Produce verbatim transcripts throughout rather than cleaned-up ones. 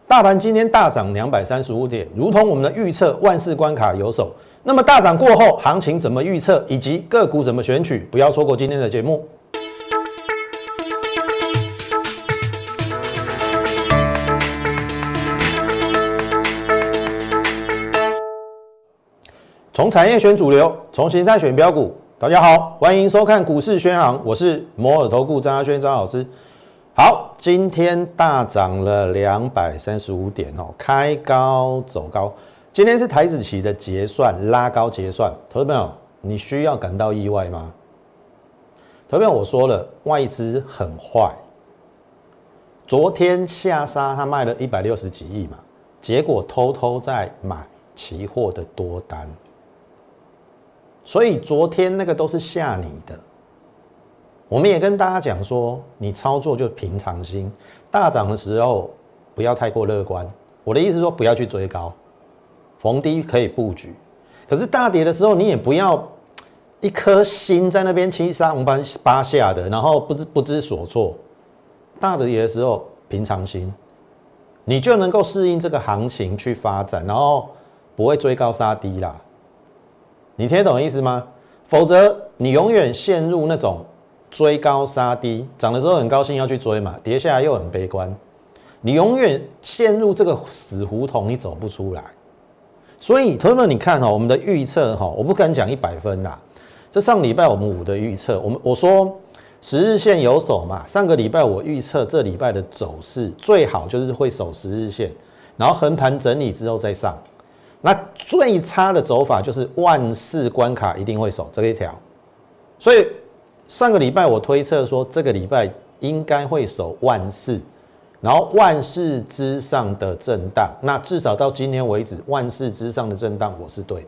大盘今天大涨两百三十五点，如同我们的预测，万事关卡有手。那么大涨过后，行情怎么预测，以及个股怎么选取，不要错过今天的节目。从产业选主流，从形态选标股。大家好，欢迎收看股市宣航，我是摩尔投顾张嘉轩张老师。好，今天大涨了两百三十五点哦，开高走高。今天是台指期的结算，拉高结算，投资朋友，你需要感到意外吗？投资朋友，我说了，外资很坏，昨天下杀，他卖了一百六十几亿嘛，结果偷偷在买期货的多单。所以昨天那个都是吓你的，我们也跟大家讲说，你操作就平常心，大涨的时候不要太过乐观。我的意思说，不要去追高，逢低可以布局。可是大跌的时候，你也不要一颗心在那边七上八下的，然后不知不知所措。大跌的时候平常心，你就能够适应这个行情去发展，然后不会追高杀低啦。你听得懂意思吗？否则你永远陷入那种追高杀低，涨的时候很高兴要去追嘛，跌下来又很悲观，你永远陷入这个死胡同，你走不出来。所以，同学们，你看哈、喔，我们的预测哈，我不敢讲一百分啦。这上礼拜我们五的预测，我们我说十日线有守嘛，上个礼拜我预测这礼拜的走势最好就是会守十日线，然后横盘整理之后再上。那最差的走法就是万事关卡一定会守这一条，所以上个礼拜我推测说这个礼拜应该会守万事，然后万事之上的震荡，那至少到今天为止，万事之上的震荡我是对的，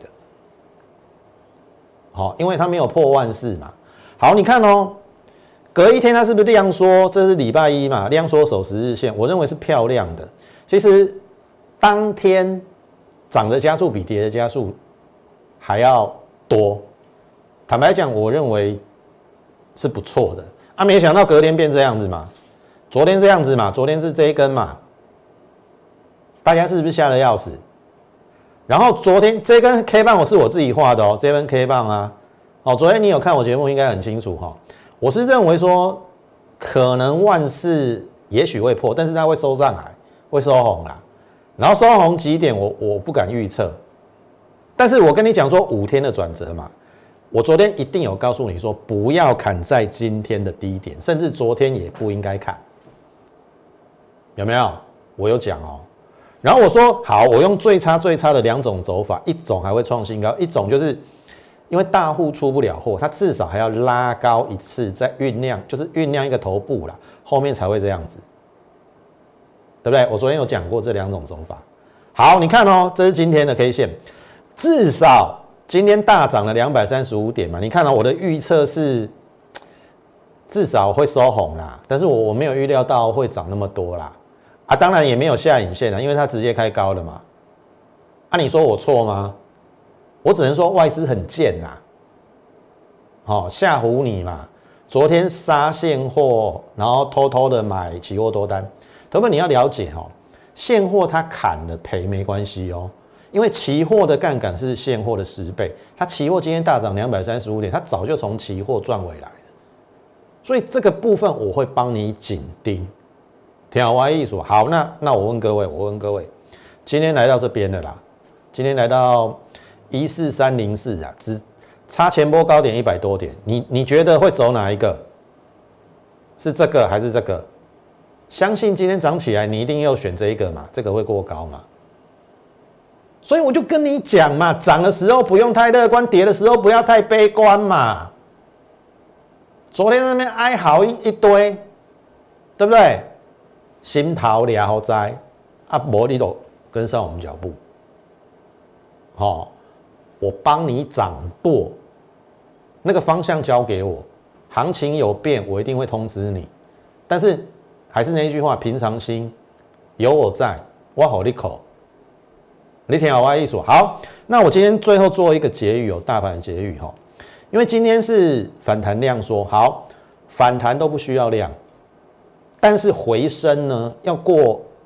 好，因为它没有破万事嘛。好，你看哦，隔一天它是不是量缩？这是礼拜一嘛，量缩守十日线，我认为是漂亮的。其实当天涨的加速比跌的加速还要多，坦白讲，我认为是不错的啊。没想到隔天变这样子嘛，昨天这样子嘛，昨天是这一根嘛，大家是不是吓得要死？然后昨天这根 K 棒我是我自己画的哦，这根 K 棒啊，哦，昨天你有看我节目应该很清楚哈、哦。我是认为说，可能万事也许会破，但是它会收上来，会收红啦。然后收红几点我，我不敢预测，但是我跟你讲说五天的转折嘛，我昨天一定有告诉你说不要砍在今天的低点，甚至昨天也不应该砍，有没有？我有讲哦。然后我说好，我用最差最差的两种走法，一种还会创新高，一种就是因为大户出不了货，它至少还要拉高一次，再酝酿，就是酝酿一个头部啦，后面才会这样子。对不对？我昨天有讲过这两种走法。好，你看哦，这是今天的 K 线，至少今天大涨了两百三十五点嘛。你看哦，我的预测是至少会收红啦，但是我我没有预料到会涨那么多啦。啊，当然也没有下影线啦，因为它直接开高了嘛。啊，你说我错吗？我只能说外资很贱呐，好、哦、吓唬你嘛。昨天杀现货，然后偷偷的买期货多单。投资你要了解哦，现货它砍了赔没关系哦，因为期货的杠杆是现货的十倍，它期货今天大涨两百三十五点，它早就从期货赚回来了，所以这个部分我会帮你紧盯。听我意思，好，那那我问各位，我问各位，今天来到这边了啦，今天来到一四三零四啊，只差前波高点一百多点，你你觉得会走哪一个？是这个还是这个？相信今天涨起来，你一定要选这一个嘛，这个会过高嘛。所以我就跟你讲嘛，涨的时候不用太乐观，跌的时候不要太悲观嘛。昨天那边哀嚎一一堆，对不对？心头了哉啊，没你都跟上我们脚步。好、哦，我帮你掌舵，那个方向交给我，行情有变，我一定会通知你。但是还是那一句话，平常心，有我在，我好你口，你听好我的意思。好，那我今天最后做一个结语哦，大盘的结语哈，因为今天是反弹量缩，好，反弹都不需要量，但是回升呢，要过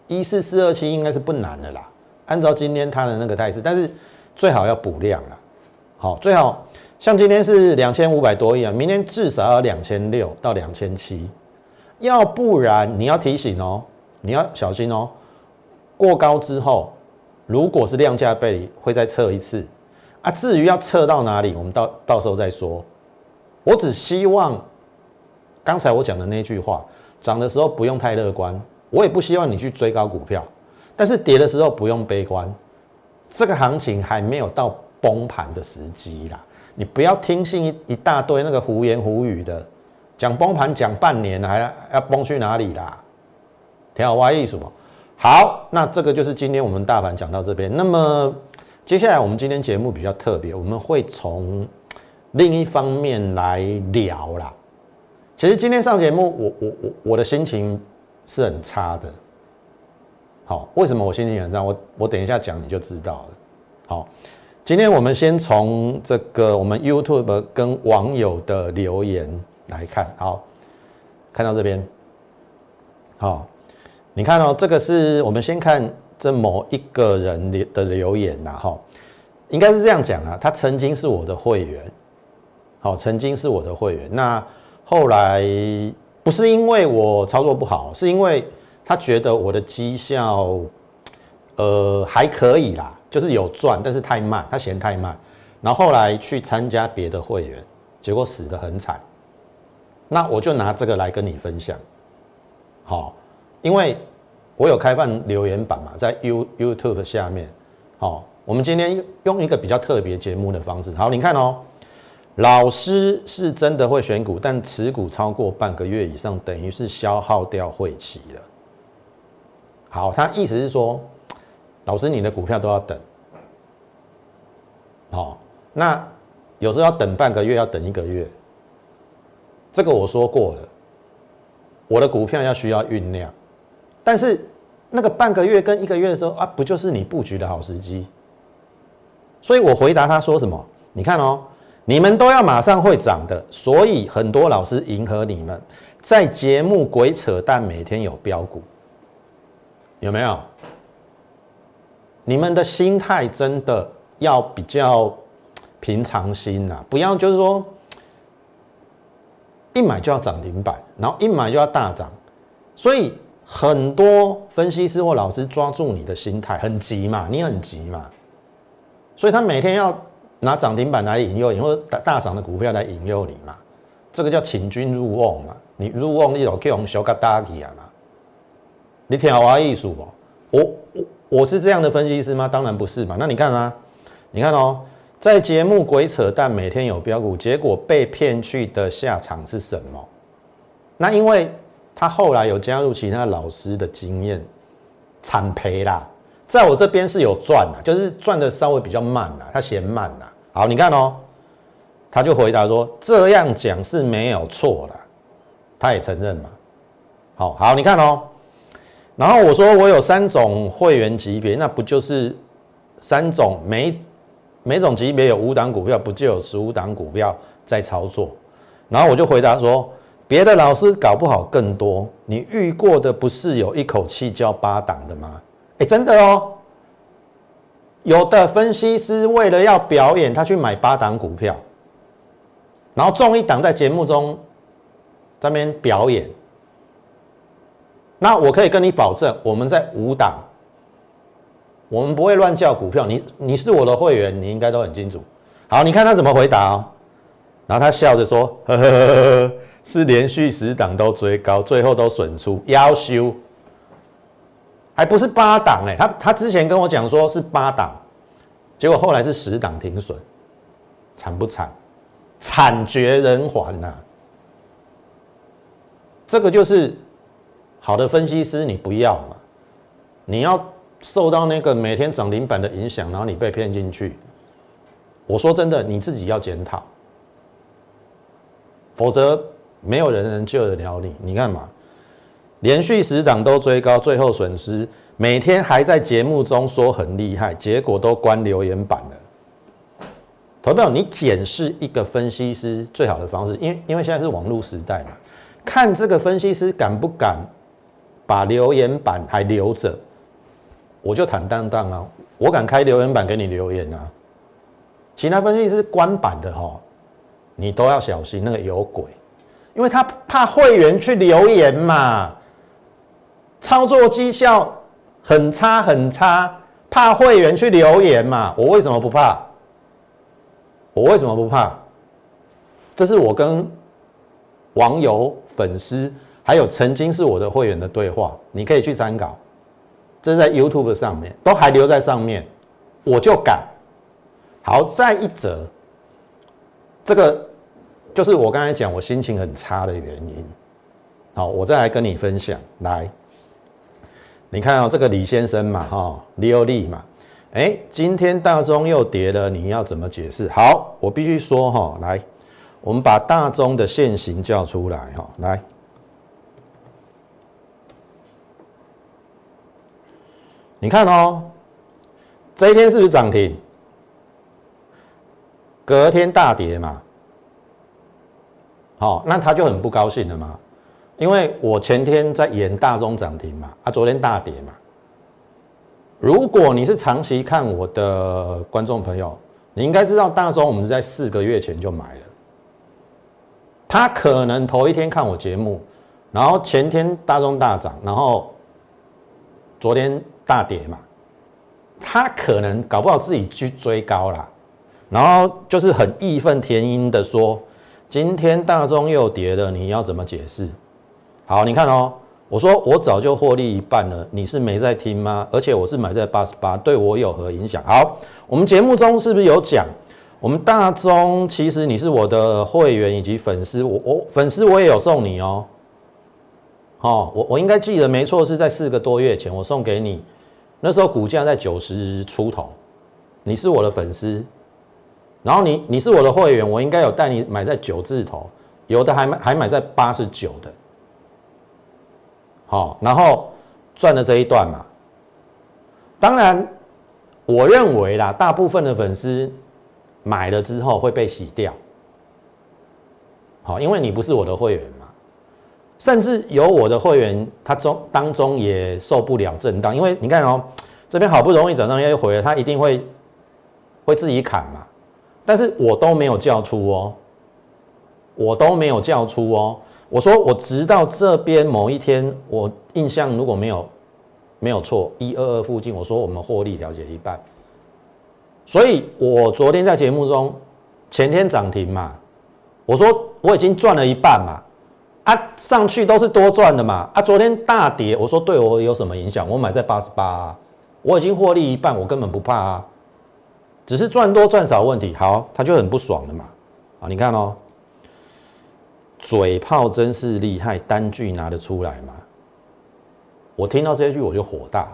一四四二七应该是不难的啦。按照今天它的那个态势，但是最好要补量啦。好，最好像今天是两千五百多亿啊，明天至少要两千六到两千七，要不然你要提醒哦，你要小心哦。过高之后，如果是量价背离，会再测一次啊。至于要测到哪里，我们到到时候再说。我只希望刚才我讲的那句话，涨的时候不用太乐观，我也不希望你去追高股票，但是跌的时候不用悲观。这个行情还没有到崩盘的时机啦，你不要听信 一, 一大堆那个胡言胡语的，讲崩盘讲半年了，还要崩去哪里啦？挺好歪艺术。好，那这个就是今天我们大盘讲到这边。那么接下来我们今天节目比较特别，我们会从另一方面来聊啦。其实今天上节目，我我我我的心情是很差的。好，为什么我心情很差？我我等一下讲你就知道了。好，今天我们先从这个我们 YouTube 跟网友的留言来看。好，看到这边，好，你看哦，这个是我们先看这某一个人的留言呐，哈，应该是这样讲啊，他曾经是我的会员。好，曾经是我的会员，那后来不是因为我操作不好，是因为他觉得我的绩效，呃，还可以啦，就是有赚，但是太慢，他嫌太慢，然后后来去参加别的会员，结果死得很惨。那我就拿这个来跟你分享，好，因为我有开放留言板嘛，在 YouTube 下面，好，我们今天用一个比较特别节目的方式，好，你看哦。老师是真的会选股，但持股超过半个月以上，等于是消耗掉会期了。好，他意思是说，老师你的股票都要等，好，那有时候要等半个月，要等一个月，这个我说过了，我的股票要需要酝酿，但是那个半个月跟一个月的时候啊，不就是你布局的好时机？所以我回答他说什么？你看哦。你们都要马上会涨的，所以很多老师迎合你们，在节目鬼扯淡，每天有标股，有没有？你们的心态真的要比较平常心啊，不要就是说一买就要涨停板，然后一买就要大涨，所以很多分析师或老师抓住你的心态，很急嘛，你很急嘛，所以他每天要拿涨停板来引诱你，或者大涨的股票来引诱你嘛，这个叫请君入瓮嘛。你入瓮，你就可以用小嘎打起啊嘛。你听我意思不？我我我是这样的分析师吗？当然不是嘛。那你看啊，你看哦，在节目鬼扯淡，每天有标股，结果被骗去的下场是什么？那因为他后来有加入其他老师的经验，惨赔啦。在我这边是有赚啦，就是赚的稍微比较慢啦，他嫌慢啦。好，你看哦，他就回答说这样讲是没有错啦，他也承认嘛。好好，你看哦，然后我说我有三种会员级别，那不就是三种每每种级别有五档股票，不就有十五档股票在操作？然后我就回答说，别的老师搞不好更多，你遇过的不是有一口气交八档的吗？哎，真的哦，有的分析师为了要表演，他去买八档股票，然后中一档在节目中在那边表演。那我可以跟你保证，我们在五档，我们不会乱叫股票。你你是我的会员，你应该都很清楚。好，你看他怎么回答哦。然后他笑着说：“呵呵呵呵，是连续十档都追高，最后都损出，夭壽。”还不是八档哎，他他之前跟我讲说是八档，结果后来是十档停损，惨不惨？惨绝人寰呐！这个就是好的分析师，你不要嘛，你要受到那个每天涨停板的影响，然后你被骗进去。我说真的，你自己要检讨，否则没有人能救得了你。你看嘛。连续十档都追高，最后损失，每天还在节目中说很厉害，结果都关留言板了。投资朋友，你检视一个分析师最好的方式，因为因为现在是网络时代嘛，看这个分析师敢不敢把留言板还留着，我就坦荡荡啊，我敢开留言板给你留言啊。其他分析师关板的哈，你都要小心，那个有鬼，因为他怕会员去留言嘛，操作绩效很差很差，怕会员去留言嘛。我为什么不怕？我为什么不怕？这是我跟网友、粉丝，还有曾经是我的会员的对话，你可以去参考。这是在 YouTube 上面，都还留在上面，我就敢。好，再一则，这个就是我刚才讲我心情很差的原因。好，我再来跟你分享。来，你看哦，这个李先生嘛，哈，李欧利嘛，哎，今天大中又跌了，你要怎么解释？好，我必须说哈，来，我们把大中的线型叫出来哈，来，你看哦，这一天是不是涨停？隔天大跌嘛，好、哦，那他就很不高兴了嘛，因为我前天在演大中涨停嘛，啊，昨天大跌嘛。如果你是长期看我的观众朋友，你应该知道大中我们是在四个月前就买了，他可能头一天看我节目，然后前天大中大涨，然后昨天大跌嘛，他可能搞不好自己去追高啦。然后就是很义愤填膺的说，今天大中又跌了，你要怎么解释？好，你看哦，我说我早就获利一半了，你是没在听吗？而且我是买在八十八，对我有何影响？好，我们节目中是不是有讲，我们大中其实你是我的会员以及粉丝，我我粉丝我也有送你哦。哦，我我应该记得没错，是在四个多月前我送给你，那时候股价在九十出头，你是我的粉丝。然后你你是我的会员，我应该有带你买在九字头，有的还买还买在八十九的，好，然后赚了这一段嘛。当然，我认为啦，大部分的粉丝买了之后会被洗掉，好，因为你不是我的会员嘛，甚至有我的会员他中当中也受不了震荡，因为你看哦，这边好不容易涨上又回了，他一定会会自己砍嘛。但是我都没有叫出哦，我都没有叫出哦。我说我直到这边某一天，我印象如果没有没有错，一二二附近，我说我们获利了解一半。所以我昨天在节目中，前天涨停嘛，我说我已经赚了一半嘛，啊上去都是多赚的嘛，啊昨天大跌，我说对我有什么影响？我买在八十八啊，我已经获利一半，我根本不怕啊。只是赚多赚少问题，好，他就很不爽了嘛。啊，你看哦，嘴炮真是厉害，单据拿得出来吗？我听到这一句我就火大。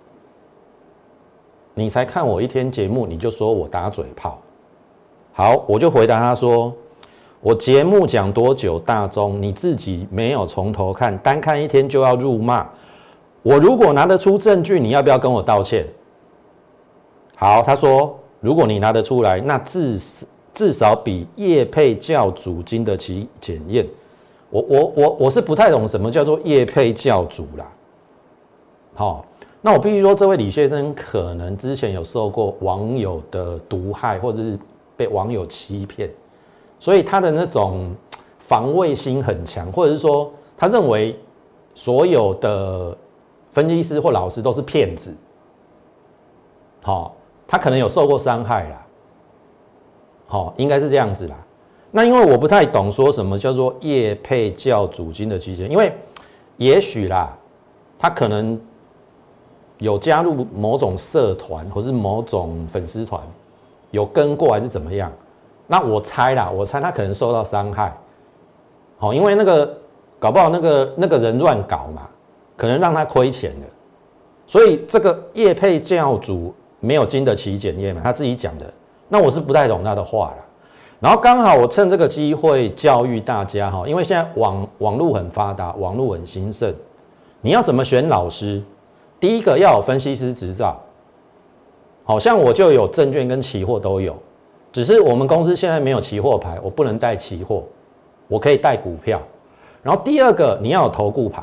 你才看我一天节目，你就说我打嘴炮。好，我就回答他说，我节目讲多久大中，你自己没有从头看，单看一天就要辱骂。我如果拿得出证据，你要不要跟我道歉？好，他说。如果你拿得出来，那至至少比业配教主经得起检验。我我我我是不太懂什么叫做业配教主啦。好、哦，那我必须说，这位李先生可能之前有受过网友的毒害，或者是被网友欺骗，所以他的那种防卫心很强，或者是说他认为所有的分析师或老师都是骗子。好、哦。他可能有受过伤害啦，好，应该是这样子啦。那因为我不太懂说什么叫做业配教主经的期间，因为也许啦，他可能有加入某种社团或是某种粉丝团，有跟过还是怎么样。那我猜啦，我猜他可能受到伤害，好，因为那个搞不好那个那个人乱搞嘛，可能让他亏钱了，所以这个业配教主。没有经得起检验嘛，他自己讲的。那我是不太懂他的话啦。然后刚好我趁这个机会教育大家哈，因为现在网网络很发达，网络很兴盛，你要怎么选老师？第一个要有分析师执照，好像我就有证券跟期货都有，只是我们公司现在没有期货牌，我不能带期货，我可以带股票。然后第二个你要有投顾牌，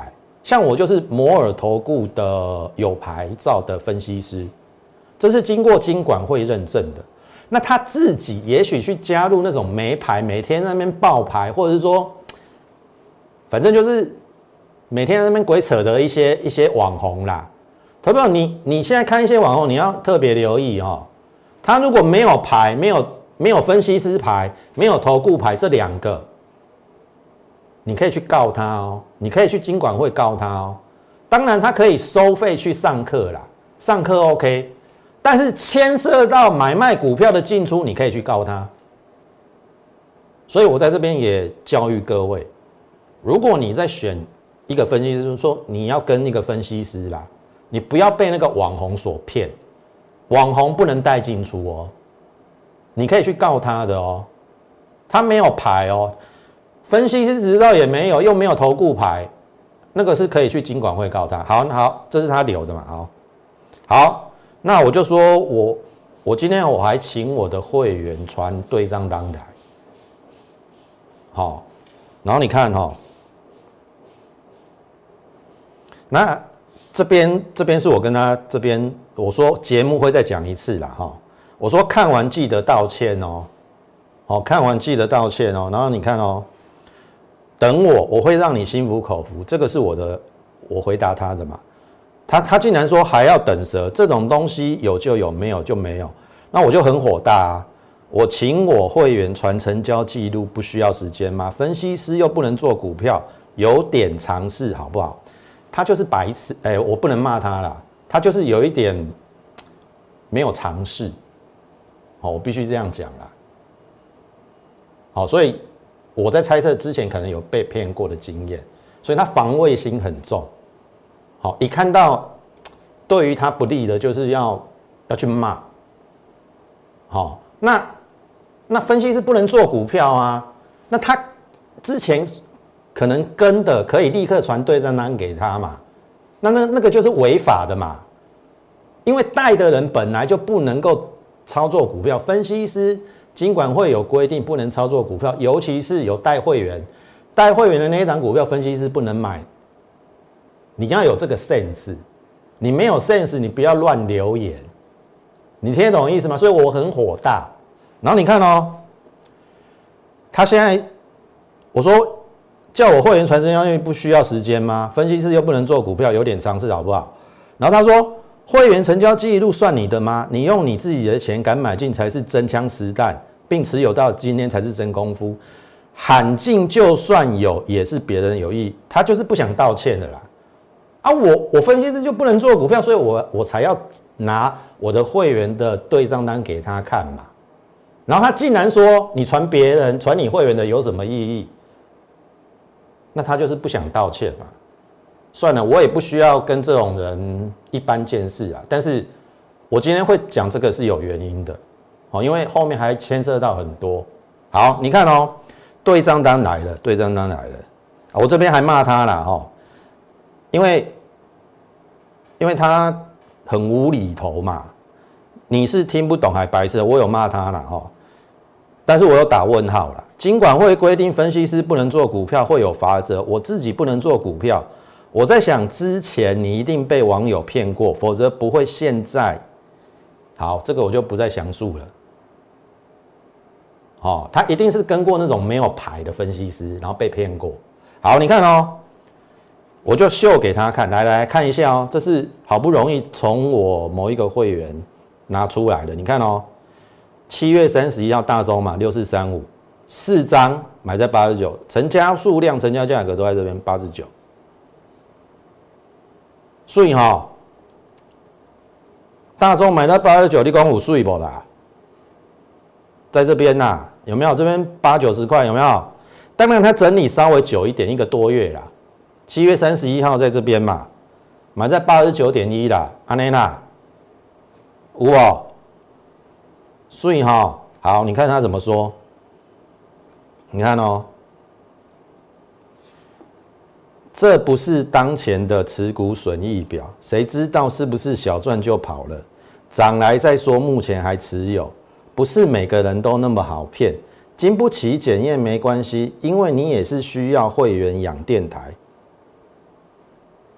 像我就是摩尔投顾的有牌照的分析师，这是经过金管会认证的。那他自己也许去加入那种没牌，每天在那边爆牌，或者是说，反正就是每天在那边鬼扯的一些一些网红啦。投票，你你现在看一些网红，你要特别留意哦。他如果没有牌，没有没有分析师牌，没有投顾牌，这两个，你可以去告他哦，你可以去金管会告他哦。当然，他可以收费去上课啦，上课 OK。但是牵涉到买卖股票的进出，你可以去告他。所以我在这边也教育各位，如果你在选一个分析师，说你要跟一个分析师啦，你不要被那个网红所骗，网红不能带进出哦，你可以去告他的哦，他没有牌哦，分析师执照也没有，又没有投顾牌，那个是可以去金管会告他。好，好，这是他留的嘛，好，好。那我就说我，我今天我还请我的会员传对账单来，好，然后你看哈，那这边这边是我跟他这边我说节目会再讲一次啦哈，我说看完记得道歉哦，好，看完记得道歉哦，然后你看哦，等我，我会让你心服口服，这个是我的我回答他的嘛。他他竟然说还要等蛇，这种东西有就有，没有就没有，那我就很火大啊！我请我会员传成交记录，不需要时间吗？分析师又不能做股票，有点尝试好不好？他就是白痴，哎、欸，我不能骂他啦，他就是有一点没有尝试，好，我必须这样讲啦。好，所以我在猜测之前可能有被骗过的经验，所以他防卫心很重。好，一看到对于他不利的，就是要要去骂。好，那那分析师不能做股票啊，那他之前可能跟的可以立刻传对账单给他嘛，那那那个就是违法的嘛，因为带的人本来就不能够操作股票，分析师金管会有规定不能操作股票，尤其是有带会员，带会员的那一档股票，分析师不能买。你要有这个 sense， 你没有 sense， 你不要乱留言，你听得懂意思吗？所以我很火大。然后你看哦，他现在我说叫我会员传真交易不需要时间吗？分析师又不能做股票，有点尝试好不好？然后他说会员成交记录算你的吗？你用你自己的钱敢买进才是真枪实弹，并持有到今天才是真功夫。喊进就算有，也是别人有意，他就是不想道歉的啦。啊我，我我分析师就不能做股票，所以我我才要拿我的会员的对账单给他看嘛。然后他竟然说你传别人传你会员的有什么意义？那他就是不想道歉嘛。算了，我也不需要跟这种人一般见识啊。但是我今天会讲这个是有原因的，哦，因为后面还牵涉到很多。好，你看哦，对账单来了，对账单来了，我这边还骂他啦，哦。因为，因为他很无厘头嘛，你是听不懂还白痴，我有骂他啦哈，但是我有打问号啦。金管会规定分析师不能做股票会有罚则，我自己不能做股票，我在想之前你一定被网友骗过，否则不会现在。好，这个我就不再详述了。哦，他一定是跟过那种没有牌的分析师，然后被骗过。好，你看哦。我就秀给他看，来来看一下哦，这是好不容易从我某一个会员拿出来的，你看哦，七月三十一号大中嘛，六四三五，四张买在八十九，成交数量、成交价格都在这边八十九，所以哈，大中买在八十九，你讲有水不啦？在这边呐、啊，有没有？这边八九十块有没有？当然它整理稍微久一点，一个多月啦。七月三十一号在这边嘛，买在八十九点一啦，安内啦，有哦，所以哈，好，你看他怎么说？你看哦，这不是当前的持股损益表，谁知道是不是小赚就跑了？涨来再说，目前还持有，不是每个人都那么好骗，经不起检验没关系，因为你也是需要会员养电台。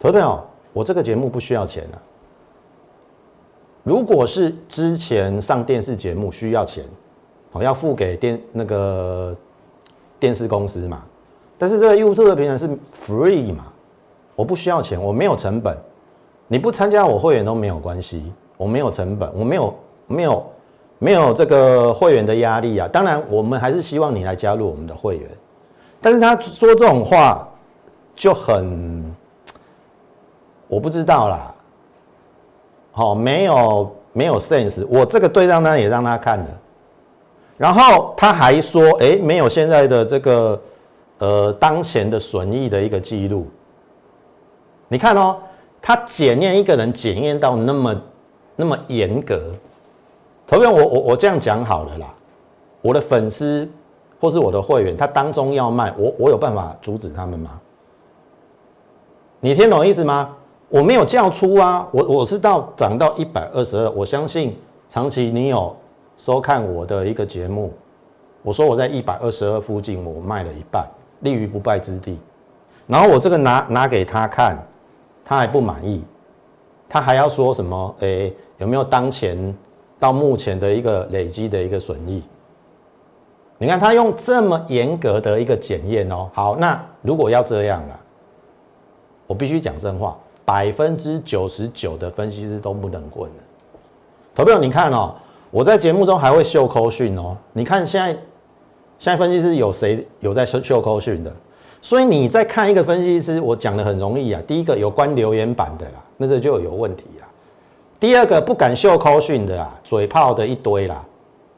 投资朋友，我这个节目不需要钱啊。如果是之前上电视节目需要钱，哦，要付给电那个电视公司嘛，但是这个 YouTube 的平台是 free 嘛，我不需要钱，我没有成本，你不参加我会员都没有关系，我没有成本，我没有没有没有这个会员的压力啊。当然，我们还是希望你来加入我们的会员，但是他说这种话就很，我不知道啦。好、哦，没有没有 sense， 我这个对账单也让他看了，然后他还说，哎，没有现在的这个呃当前的损益的一个记录。你看哦，他检验一个人检验到那么那么严格，投票我我我这样讲好了啦，我的粉丝或是我的会员，他当中要卖，我我有办法阻止他们吗？你听懂意思吗？我没有叫出啊，我我是到涨到一百二十二，我相信长期你有收看我的一个节目，我说我在一百二十二附近我卖了一半，立于不败之地。然后我这个拿拿给他看，他还不满意，他还要说什么？诶，有没有当前到目前的一个累积的一个损益？你看他用这么严格的一个检验哦。好，那如果要这样啦，我必须讲真话。百分之九十九的分析师都不能混了。投票，你看哦，我在节目中还会秀扣讯哦。你看现在，现在分析师有谁有在秀扣讯的？所以你在看一个分析师，我讲的很容易啊。第一个有关留言板的啦，那这就有问题啦。第二个不敢秀扣讯的啦，嘴炮的一堆啦。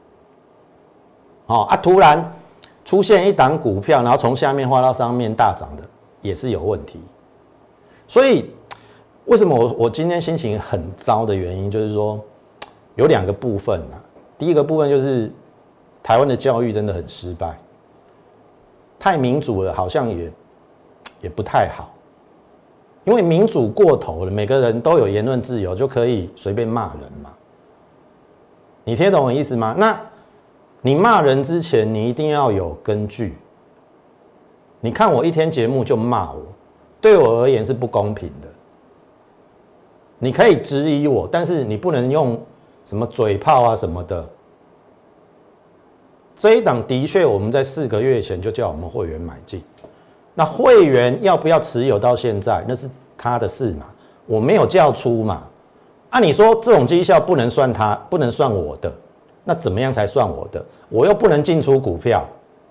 哦啊，突然出现一档股票，然后从下面画到上面大涨的，也是有问题。所以。为什么我我今天心情很糟的原因，就是说有两个部分啊。第一个部分就是台湾的教育真的很失败，太民主了，好像也也不太好，因为民主过头了，每个人都有言论自由，就可以随便骂人嘛。你听懂我意思吗？那你骂人之前，你一定要有根据。你看我一天节目就骂我，对我而言是不公平的。你可以质疑我，但是你不能用什么嘴炮啊什么的。这一档的确，我们在四个月前就叫我们会员买进。那会员要不要持有到现在，那是他的事嘛，我没有叫出嘛。按你说这种绩效不能算他，不能算我的，那怎么样才算我的？我又不能进出股票，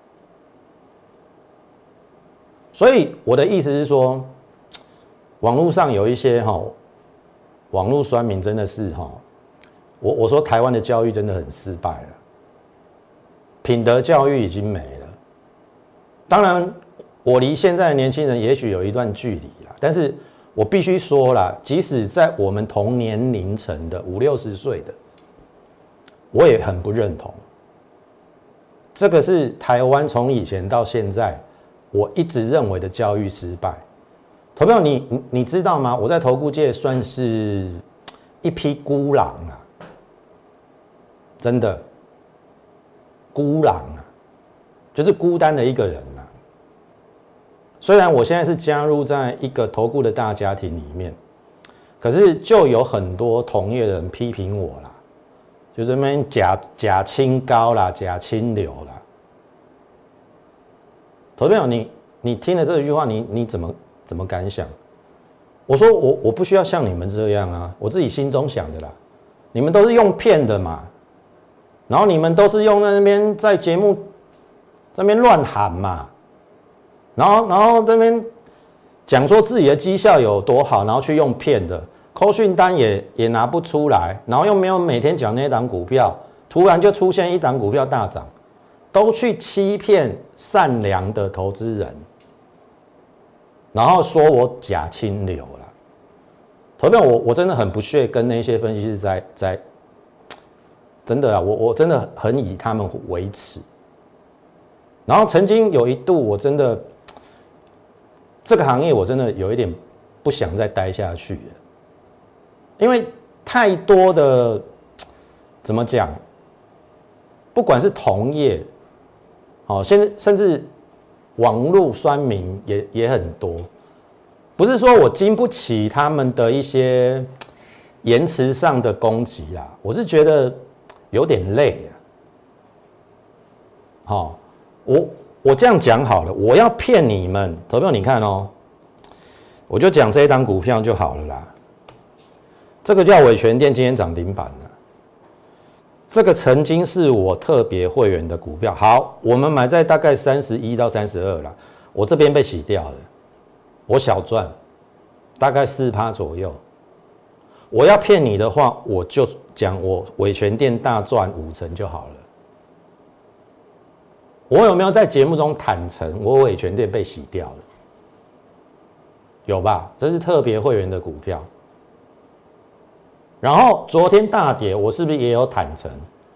所以我的意思是说，网络上有一些哈。网络酸民真的是哈，我我说台湾的教育真的很失败了，品德教育已经没了。当然，我离现在的年轻人也许有一段距离啦，但是我必须说啦，即使在我们同年龄层的五六十岁的，我也很不认同。这个是台湾从以前到现在，我一直认为的教育失败。投票你，你你知道吗？我在投顾界算是一匹孤狼啊，真的孤狼啊，就是孤单的一个人啊。虽然我现在是加入在一个投顾的大家庭里面，可是就有很多同业人批评我啦，就是那边假假清高啦，假清流啦。投票你你听了这句话，你你怎么？怎么感想？我说我我不需要像你们这样啊，我自己心中想的啦。你们都是用骗的嘛，然后你们都是用在那边在节目那边乱喊嘛，然后然后这边讲说自己的绩效有多好，然后去用骗的，扣讯单也也拿不出来，然后又没有每天讲那档股票，突然就出现一档股票大涨，都去欺骗善良的投资人。然后说我假清流啦，投票我我真的很不屑跟那些分析师在在，真的啊，我我真的很以他们为耻。然后曾经有一度我真的这个行业我真的有一点不想再待下去了，因为太多的怎么讲，不管是同业，哦，甚至甚至。网络酸民也也很多， 不是说我经不起他们的一些言辞上的攻击啦，我是觉得有点累啊。好、哦，我我这样讲好了，我要骗你们，投票你看哦，我就讲这一档股票就好了啦。这个叫伟全电，今天涨停板了。这个曾经是我特别会员的股票，好，我们买在大概三十一到三十二啦，我这边被洗掉了，我小赚，大概四趴左右。我要骗你的话，我就讲我伟全电大赚五成就好了。我有没有在节目中坦诚我伟全电被洗掉了？有吧？这是特别会员的股票。然后昨天大跌，我是不是也有坦诚？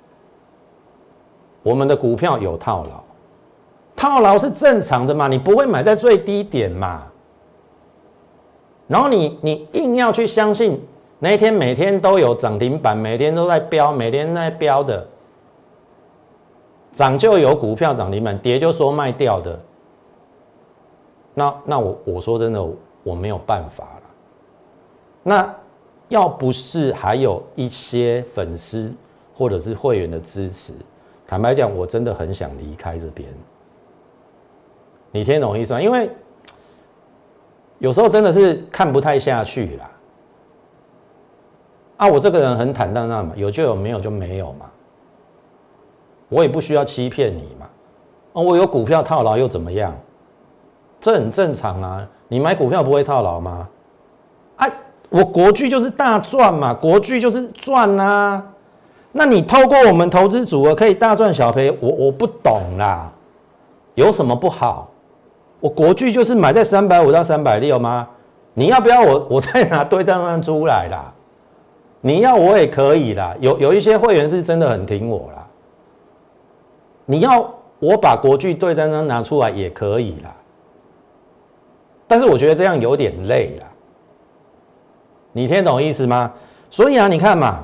我们的股票有套牢，套牢是正常的嘛？你不会买在最低点嘛？然后你你硬要去相信那一天每天都有涨停板，每天都在飙，每天都在飙的，涨就有股票涨停板，跌就说卖掉的。那那我我说真的，我没有办法了。那要不是还有一些粉丝或者是会员的支持，坦白讲，我真的很想离开这边。你听懂意思吗？因为有时候真的是看不太下去啦。啊，我这个人很坦荡荡嘛，有就有，没有就没有嘛。我也不需要欺骗你嘛。哦，我有股票套牢又怎么样？这很正常啊。你买股票不会套牢吗？啊，我国巨就是大赚嘛，国巨就是赚啊。那你透过我们投资组合可以大赚小赔，我我不懂啦，有什么不好？我国巨就是买在三百五到三百六吗？你要不要我我再拿对账单出来啦？你要我也可以啦，有有一些会员是真的很挺我啦。你要我把国巨对账单拿出来也可以啦，但是我觉得这样有点累啦。你听懂意思吗？所以啊，你看嘛，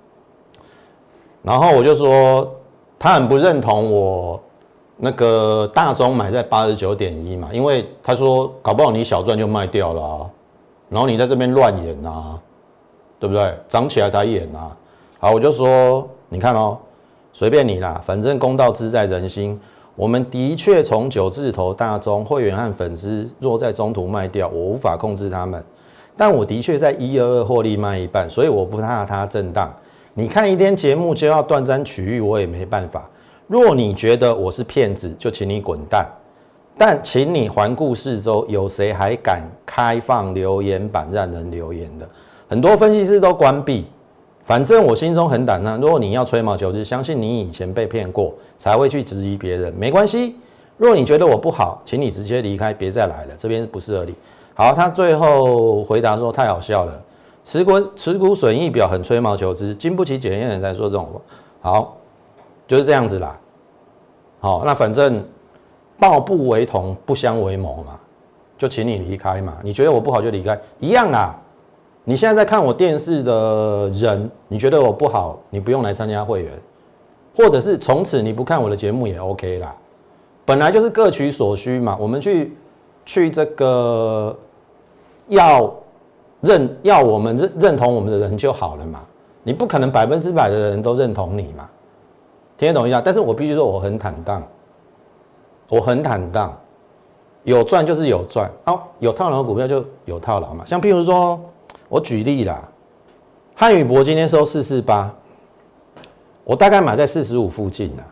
然后我就说他很不认同我那个大中买在八十九点一嘛，因为他说搞不好你小赚就卖掉了啊，然后你在这边乱演啊，对不对？涨起来才演啊。好，我就说你看哦，随便你啦，反正公道自在人心。我们的确从九字头大中会员和粉丝若在中途卖掉，我无法控制他们。但我的确在一二二获利卖一半，所以我不怕它震荡。你看一天节目就要断章取义，我也没办法。若你觉得我是骗子，就请你滚蛋。但请你环顾四周，有谁还敢开放留言板让人留言的？很多分析师都关闭。反正我心中很坦荡，如果你要吹毛求疵，相信你以前被骗过，才会去质疑别人。没关系，若你觉得我不好，请你直接离开，别再来了，这边不适合你。好，他最后回答说太好笑了，持股持股损益表很吹毛求疵，经不起检验的人才说这种话。好，就是这样子啦。好，那反正道不为同，不相为谋嘛，就请你离开嘛。你觉得我不好就离开，一样啦。你现在在看我电视的人，你觉得我不好，你不用来参加会员，或者是从此你不看我的节目也 OK 啦。本来就是各取所需嘛，我们去去这个。要认要我们 认, 认同我们的人就好了嘛，你不可能百分之百的人都认同你嘛，听得懂一下？但是我必须说我很坦荡，我很坦荡，有赚就是有赚，哦，有套牢的股票就有套牢嘛。像譬如说，我举例啦，汉语博今天收四四八，我大概买在四十五附近啦，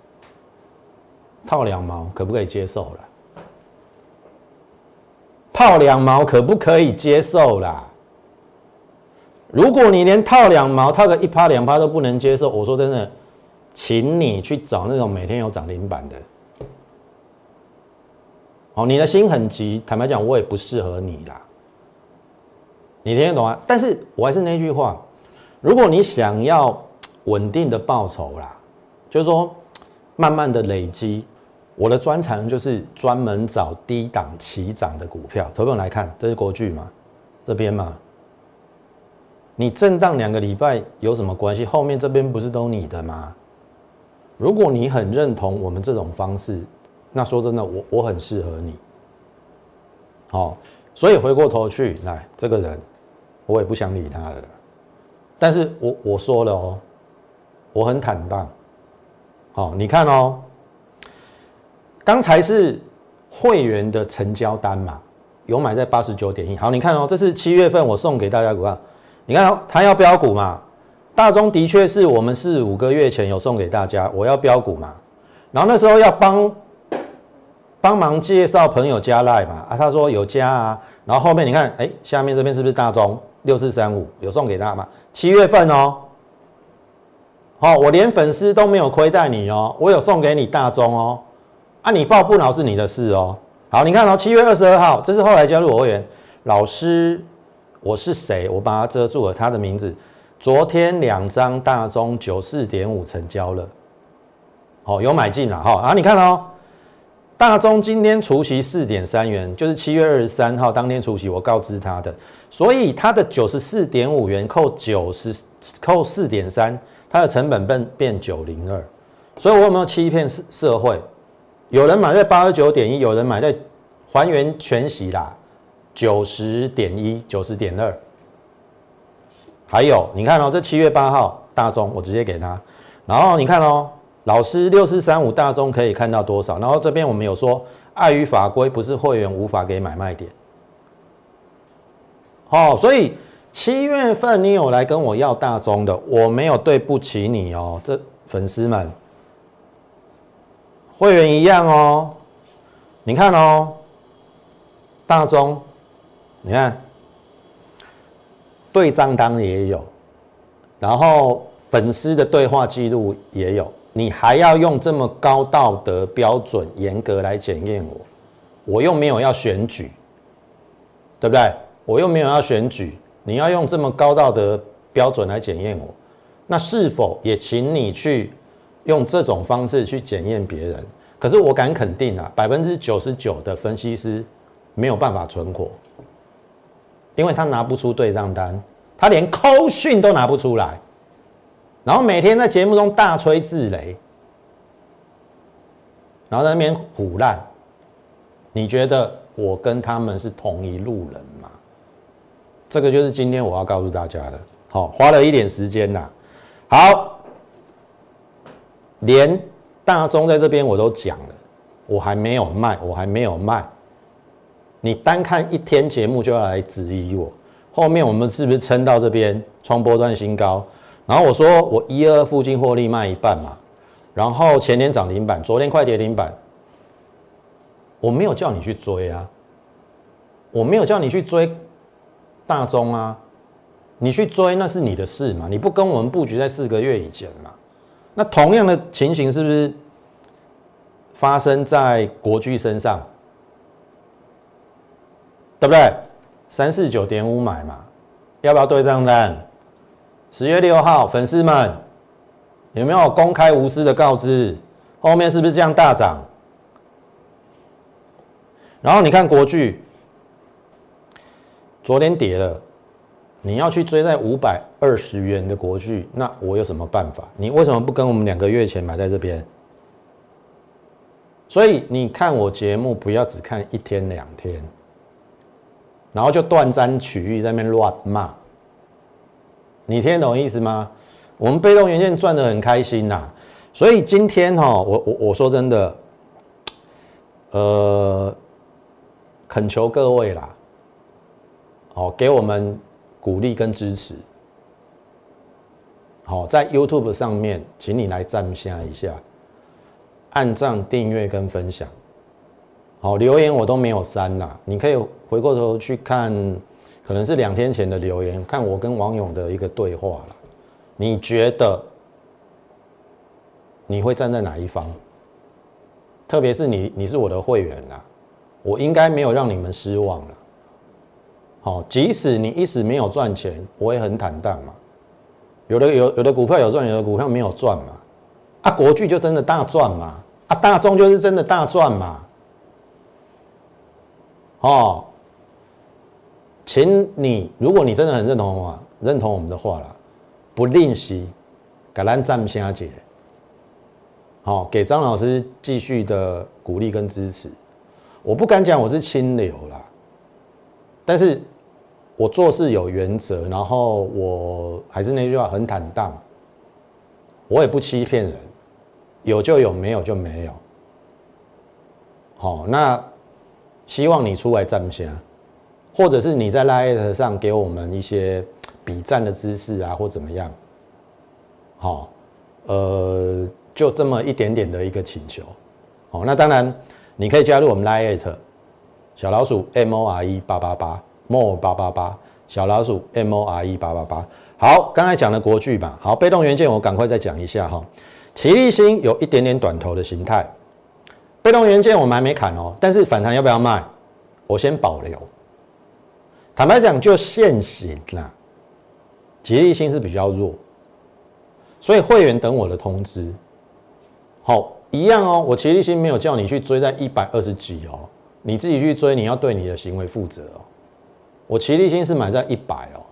套两毛可不可以接受啦？套两毛可不可以接受啦？如果你连套两毛、套个一趴两趴都不能接受，我说真的，请你去找那种每天有涨停板的。好，你的心很急，坦白讲，我也不适合你啦。你听得懂啊？但是我还是那句话，如果你想要稳定的报酬啦，就是说慢慢的累积。我的专长就是专门找低档起涨的股票。投票来看，这是国巨嘛？这边嘛？你震荡两个礼拜有什么关系？后面这边不是都你的吗？如果你很认同我们这种方式，那说真的，我我很适合你。好、哦， 所以回过头去，来这个人，我也不想理他了。但是我我说了哦，我很坦荡。好，你看哦，刚才是会员的成交单嘛，有买在八十九点一。好，你看哦，这是七月份我送给大家股票，你看哦，他要标股嘛，大中的确是我们四五个月前有送给大家，我要标股嘛，然后那时候要帮帮忙介绍朋友加赖嘛，啊，他说有加啊，然后后面你看，哎，下面这边是不是大中六四三五有送给他嘛？七月份哦。好、哦，我连粉丝都没有亏待你哦，我有送给你大中哦，啊，你报不牢是你的事哦。好，你看哦，七月二十二号，这是后来加入我会员老师，我是谁？我把它遮住了，他的名字。昨天两张大中九四点五成交了，好、哦，有买进了哈。啊，你看哦，大中今天除息四点三元，就是七月二十三号当天除息，我告知他的，所以他的九十四点五元扣九十扣四点三。它的成本变变九零二，所以我有没有欺骗社会？有人买在八十九点一，有人买在还原全息啦，九十点一、九十点二。还有你看哦，这七月八号大中我直接给他，然后你看哦，老师六四三五大中可以看到多少？然后这边我们有说，碍于法规不是会员无法给买卖点。哦，所以。七月份你有来跟我要大中的，我没有对不起你哦，这粉丝们，会员一样哦。你看哦，大中，你看对账单也有，然后粉丝的对话记录也有，你还要用这么高道德标准严格来检验我，我又没有要选举，对不对？我又没有要选举。你要用这么高道德标准来检验我，那是否也请你去用这种方式去检验别人？可是我敢肯定啊，百分之九十九的分析师没有办法存活，因为他拿不出对账单，他连扣讯都拿不出来，然后每天在节目中大吹自擂，然后在那边唬烂。你觉得我跟他们是同一路人吗？这个就是今天我要告诉大家的。好，花了一点时间啦。好，连大中在这边我都讲了，我还没有卖，我还没有卖。你单看一天节目就要来质疑我，后面我们是不是撑到这边创波段新高？然后我说我一二附近获利卖一半嘛，然后前天涨停板，昨天快跌停板，我没有叫你去追啊，我没有叫你去追。大中啊，你去追那是你的事嘛，你不跟我们布局在四个月以前嘛。那同样的情形是不是发生在国巨身上？对不对？三四九点五买嘛，要不要对账单？十月六号，粉丝们有没有公开无私的告知？后面是不是这样大涨？然后你看国巨。昨天跌了，你要去追在五百二十元的国巨，那我有什么办法？你为什么不跟我们两个月前买在这边？所以你看我节目不要只看一天两天，然后就断章取义在那边乱骂，你听得懂意思吗？我们被动元件赚得很开心呐，所以今天哈，我我我说真的，呃，恳求各位啦。好，给我们鼓励跟支持。好，在 YouTube 上面，请你来赞下一下，按赞、订阅跟分享。好，留言我都没有删啦，你可以回过头去看，可能是两天前的留言，看我跟网友的一个对话啦。你觉得你会站在哪一方？特别是你，你是我的会员啦，我应该没有让你们失望啦。好，即使你一时没有赚钱，我也很坦荡嘛。有的有有的股票有赚，有的股票没有赚嘛。啊，国巨就真的大赚嘛。啊，大众就是真的大赚嘛。哦，请你，如果你真的很认同的话，认同我们的话啦，不吝惜给咱赞声姐，好，给张老师继续的鼓励跟支持。我不敢讲我是清流啦， 但是我做事有原则，然后我还是那句话，很坦荡，我也不欺骗人，有就有，没有就没有。好，那希望你出来站下，或者是你在 Line 上给我们一些比战的知识啊，或怎么样。好，呃，就这么一点点的一个请求。好，那当然你可以加入我们 Line 小老鼠 M O R E 八八八 more 八八八小老鼠 M O R E 八八八。好，刚才讲的国巨吧。好，被动元件我赶快再讲一下哈。奇力新有一点点短头的形态。被动元件我们还没砍哦，但是反弹要不要卖？我先保留。坦白讲，就现行啦，吉利新是比较弱，所以会员等我的通知。好，一样哦，我奇力新没有叫你去追在一百二十几哦，你自己去追，你要对你的行为负责哦。我奇力新是买在一百哦，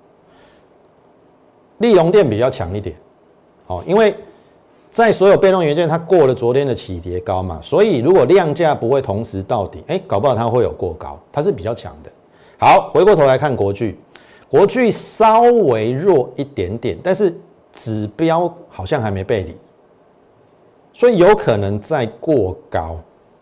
立隆电比较强一点，好，因为在所有被动元件，它过了昨天的起跌高嘛，所以如果量价不会同时到底，哎、欸，搞不好它会有过高，它是比较强的。好，回过头来看国巨，国巨稍微弱一点点，但是指标好像还没背离，所以有可能再过高。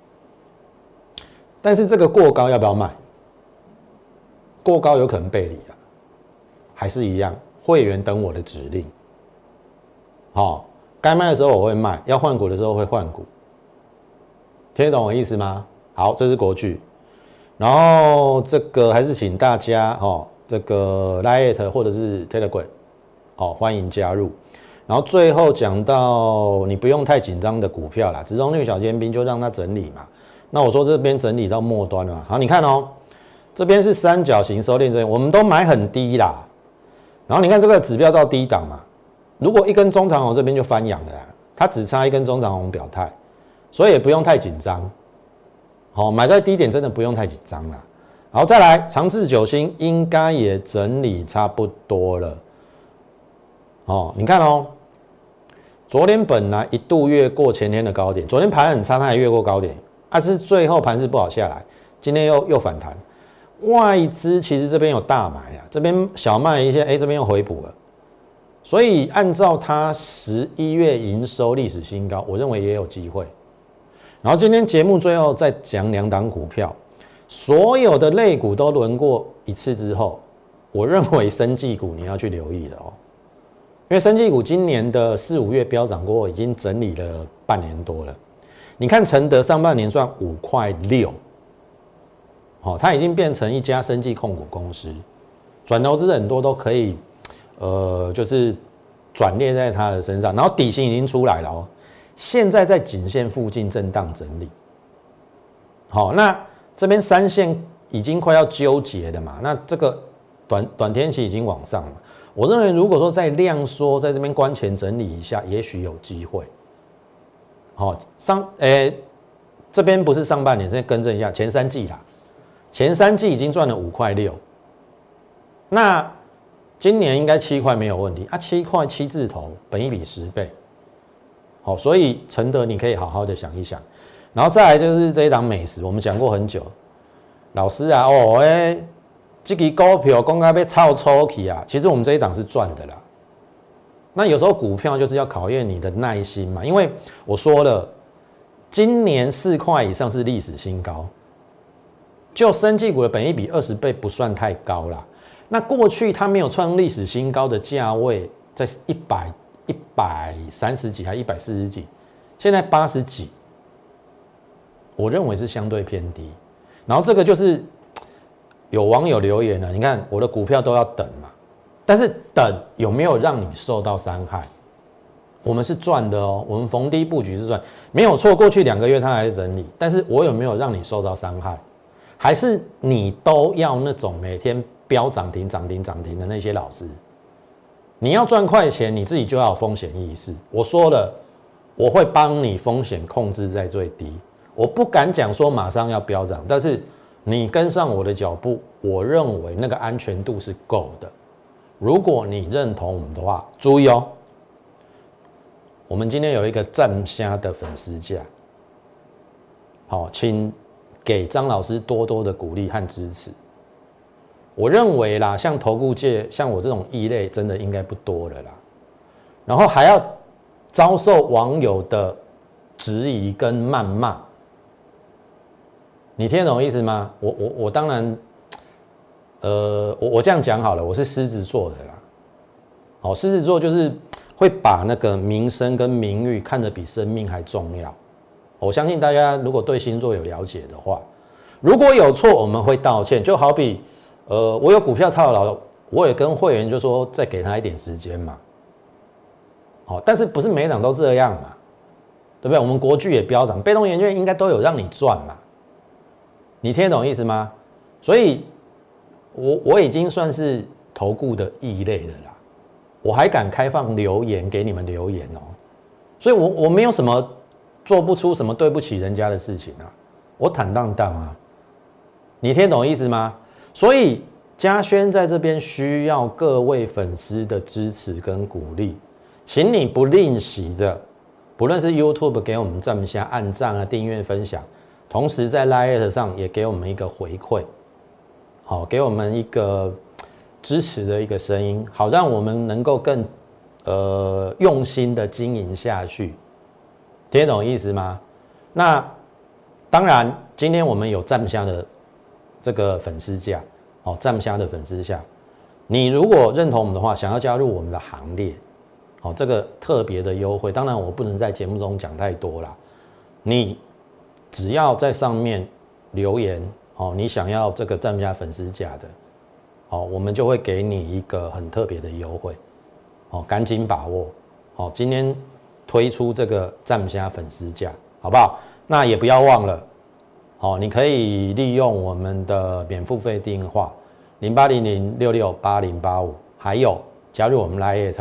但是这个过高要不要卖？过高有可能背离啊，还是一样，会员等我的指令。好。该卖的时候我会卖，要换股的时候会换股，听得懂我意思吗？好，这是国巨，然后这个还是请大家哦，这个 Line 或者是 Telegram， 哦，欢迎加入。然后最后讲到你不用太紧张的股票啦，直通率小尖兵就让它整理嘛。那我说这边整理到末端了嘛，好，你看哦，这边是三角形收敛这边，我们都买很低啦，然后你看这个指标到低档嘛。如果一根中长红这边就翻阳了啦，它只差一根中长红表态，所以也不用太紧张。好，买在低点真的不用太紧张啦。好，再来长治久兴应该也整理差不多了。哦，你看哦，昨天本来一度越过前天的高点，昨天盘很差，它也越过高点，啊，是最后盘势不好下来，今天又又反弹。外资其实这边有大买啊，这边小卖一些，哎、欸，这边又回补了。所以按照它十一月营收历史新高，我认为也有机会。然后今天节目最后再讲两档股票，所有的类股都轮过一次之后，我认为生技股你要去留意了哦，因为生技股今年的四五月飙涨过后，已经整理了半年多了。你看承德上半年算五块六，好，它已经变成一家生技控股公司，转投资很多都可以。呃，就是转列在它的身上，然后底型已经出来了哦，现在在颈线附近震荡整理。好，那这边三线已经快要纠结了嘛，那这个短短天期已经往上了。我认为如果说在量缩，在这边关前整理一下，也许有机会。好，上诶、欸，这边不是上半年，再更正一下，前三季啦，前三季已经赚了五块六，那。今年应该七块没有问题啊，七块七字头，本益比十倍，好，所以承德你可以好好的想一想，然后再来就是这一档美食，我们讲过很久，老师啊，哦，哎、欸，这个股票公开被炒抽起啊，其实我们这一档是赚的啦。那有时候股票就是要考验你的耐心嘛，因为我说了，今年四块以上是历史新高，就生技股的本益比二十倍不算太高啦。那过去它没有创历史新高的价位在一百一百三十几还一百四十几，现在八十几，我认为是相对偏低。然后这个就是有网友留言了，你看我的股票都要等嘛，但是等有没有让你受到伤害？我们是赚的哦，我们逢低布局是赚，没有错。过去两个月它还是整理，但是我有没有让你受到伤害？还是你都要那种每天飙涨停、涨停、涨停的那些老师？你要赚快钱，你自己就要有风险意识。我说了，我会帮你风险控制在最低。我不敢讲说马上要飙涨，但是你跟上我的脚步，我认为那个安全度是够的。如果你认同我们的话，注意哦，我们今天有一个站虾的粉丝价，好，请给张老师多多的鼓励和支持。 我认为啦，像投顾界像我这种异类，真的应该不多了啦。然后还要遭受网友的质疑跟谩骂，你听得懂意思吗？我我我当然，呃，我我这样讲好了，我是狮子座的啦。好，狮子座就是会把那个名声跟名誉看得比生命还重要。我相信大家如果对星座有了解的话，如果有错我们会道歉，就好比呃，我有股票套牢，我也跟会员就说再给他一点时间嘛。好，但是不是每档都这样嘛？对不对？我们国巨也飙涨，被动元件应该都有让你赚嘛。你听得懂意思吗？所以我我已经算是投顾的异类了啦，我还敢开放留言给你们留言哦，所以我我没有什么做不出什么对不起人家的事情啊，我坦荡荡啊，你听得懂意思吗？所以嘉轩在这边需要各位粉丝的支持跟鼓励，请你不吝惜的，不论是 YouTube 给我们赞下、按赞啊、订阅、分享，同时在 Line 上也给我们一个回馈，好，给我们一个支持的一个声音，好让我们能够更呃用心的经营下去，听得懂意思吗？那当然，今天我们有赞下的这个粉丝价，好，赞下的粉丝价，你如果认同我们的话，想要加入我们的行列，好，这个特别的优惠，当然我不能在节目中讲太多啦，你只要在上面留言，哦，你想要这个赞加粉丝价的，哦，我们就会给你一个很特别的优惠，哦，赶紧把握，哦，今天推出这个赞加粉丝价，好不好？那也不要忘了，哦，你可以利用我们的免付费电话零八零零六六八零八五，还有加入我们 Line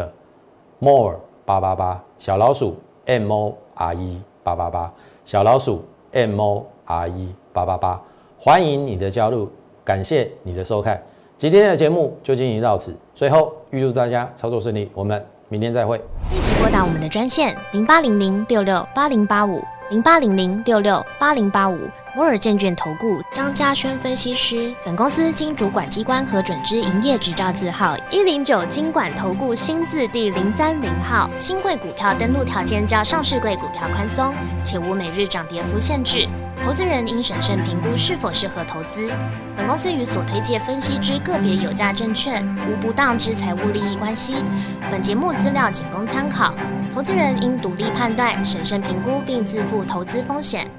more 八八八小老鼠 M O R E 八八八小老鼠 M O R E 八八八，欢迎你的加入，感谢你的收看，今天的节目就进行到此，最后预祝大家操作顺利，我们明天再会。 立即拨打我们的专线零八零零六六八零八五零八零零六六八零八五摩尔证券投顾张嘉轩分析师。本公司经主管机关核准之营业执照字号一零九金管投顾新字第零三零号。新贵股票登录条件较上市贵股票宽松，且无每日涨跌幅限制。投资人应审慎评估是否适合投资。本公司与所推介分析之个别有价证券无不当之财务利益关系。本节目资料仅供参考，投资人应独立判断、审慎评估并自负投资风险。